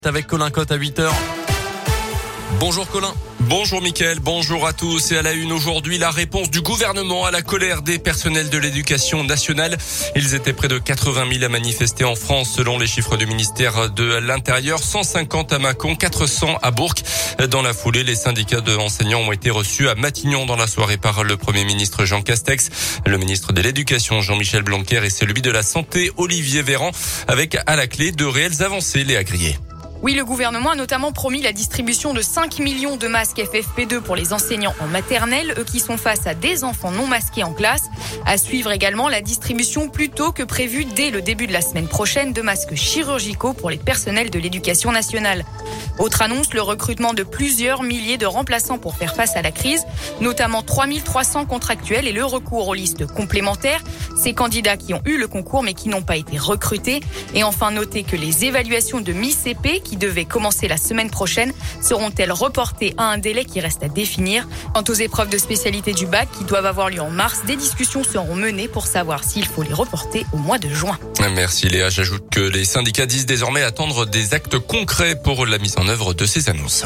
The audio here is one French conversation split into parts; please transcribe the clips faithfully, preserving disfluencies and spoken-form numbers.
Avec Colin Cotte à huit heures. Bonjour Colin. Bonjour Mickaël, bonjour à tous. Et à la une aujourd'hui, la réponse du gouvernement à la colère des personnels de l'éducation nationale. Ils étaient près de quatre-vingt mille à manifester en France selon les chiffres du ministère de l'Intérieur. cent cinquante à Mâcon, quatre cents à Bourg. Dans la foulée, les syndicats de enseignants ont été reçus à Matignon dans la soirée par le Premier ministre Jean Castex, le ministre de l'Éducation Jean-Michel Blanquer et celui de la Santé Olivier Véran, avec à la clé de réelles avancées, Léa Grillet. Oui, le gouvernement a notamment promis la distribution de cinq millions de masques F F P deux pour les enseignants en maternelle, eux qui sont face à des enfants non masqués en classe. À suivre également la distribution plus tôt que prévu dès le début de la semaine prochaine de masques chirurgicaux pour les personnels de l'éducation nationale. Autre annonce, le recrutement de plusieurs milliers de remplaçants pour faire face à la crise, notamment trois mille trois cents contractuels et le recours aux listes complémentaires. Ces candidats qui ont eu le concours mais qui n'ont pas été recrutés. Et enfin, notez que les évaluations de mi-C P qui devaient commencer la semaine prochaine seront-elles reportées à un délai qui reste à définir. Quant aux épreuves de spécialité du bac qui doivent avoir lieu en mars, des discussions seront menées pour savoir s'il faut les reporter au mois de juin. Merci Léa. J'ajoute que les syndicats disent désormais attendre des actes concrets pour la mise en œuvre de ces annonces.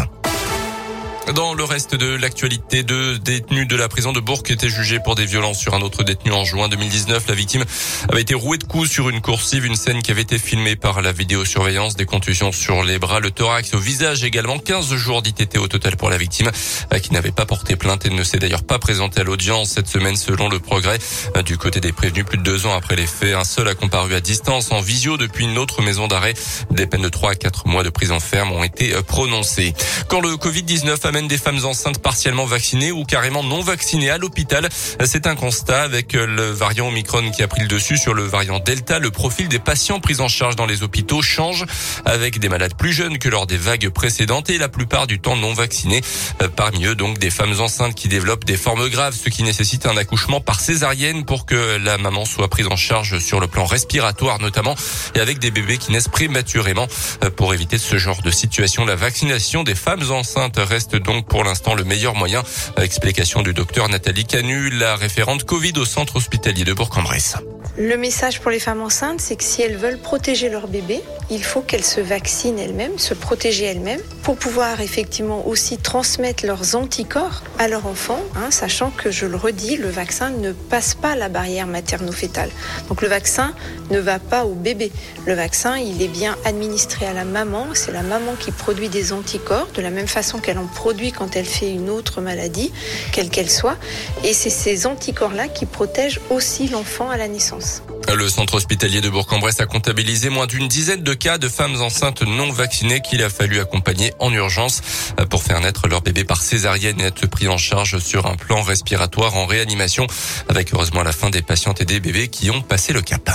Dans le reste de l'actualité, deux détenus de la prison de Bourg étaient jugés pour des violences sur un autre détenu en juin deux mille dix-neuf. La victime avait été rouée de coups sur une coursive, une scène qui avait été filmée par la vidéosurveillance, des contusions sur les bras, le thorax, au visage également. quinze jours d'I T T au total pour la victime, qui n'avait pas porté plainte et ne s'est d'ailleurs pas présentée à l'audience cette semaine selon le Progrès. Du côté des prévenus, plus de deux ans après les faits, un seul a comparu à distance en visio depuis une autre maison d'arrêt. Des peines de trois à quatre mois de prison ferme ont été prononcées. Quand le covid dix-neuf amène des femmes enceintes partiellement vaccinées ou carrément non vaccinées à l'hôpital, c'est un constat avec le variant Omicron qui a pris le dessus sur le variant Delta. Le profil des patients pris en charge dans les hôpitaux change avec des malades plus jeunes que lors des vagues précédentes et la plupart du temps non vaccinés. Parmi eux donc des femmes enceintes qui développent des formes graves, ce qui nécessite un accouchement par césarienne pour que la maman soit prise en charge sur le plan respiratoire notamment et avec des bébés qui naissent prématurément. Pour éviter ce genre de situation, la vaccination des femmes enceintes reste donc pour l'instant le meilleur moyen. Explication du docteur Nathalie Canu, la référente Covid au centre hospitalier de Bourg-en-Bresse. Le message pour les femmes enceintes, c'est que si elles veulent protéger leur bébé, il faut qu'elles se vaccinent elles-mêmes, se protéger elles-mêmes, pour pouvoir effectivement aussi transmettre leurs anticorps à leur enfant, hein, sachant que, je le redis, le vaccin ne passe pas la barrière materno-fétale. Donc le vaccin ne va pas au bébé. Le vaccin, il est bien administré à la maman. C'est la maman qui produit des anticorps, de la même façon qu'elle en produit quand elle fait une autre maladie, quelle qu'elle soit. Et c'est ces anticorps-là qui protègent aussi l'enfant à la naissance. Le centre hospitalier de Bourg-en-Bresse a comptabilisé moins d'une dizaine de cas de femmes enceintes non vaccinées qu'il a fallu accompagner en urgence pour faire naître leur bébé par césarienne et être pris en charge sur un plan respiratoire en réanimation, avec heureusement à la fin des patientes et des bébés qui ont passé le cap.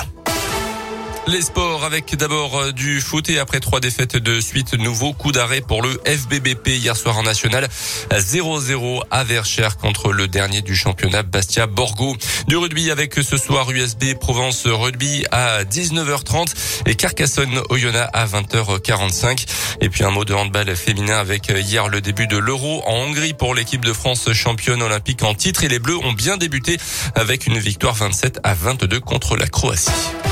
Les sports avec d'abord du foot et après trois défaites de suite, nouveau coup d'arrêt pour le F B B P hier soir en national. zéro zéro à Verchères contre le dernier du championnat Bastia Borgo. Du rugby avec ce soir U S B Provence Rugby à dix-neuf heures trente et Carcassonne Oyonnax à vingt heures quarante-cinq. Et puis un mot de handball féminin avec hier le début de l'Euro en Hongrie pour l'équipe de France championne olympique en titre et les Bleus ont bien débuté avec une victoire vingt-sept à vingt-deux contre la Croatie.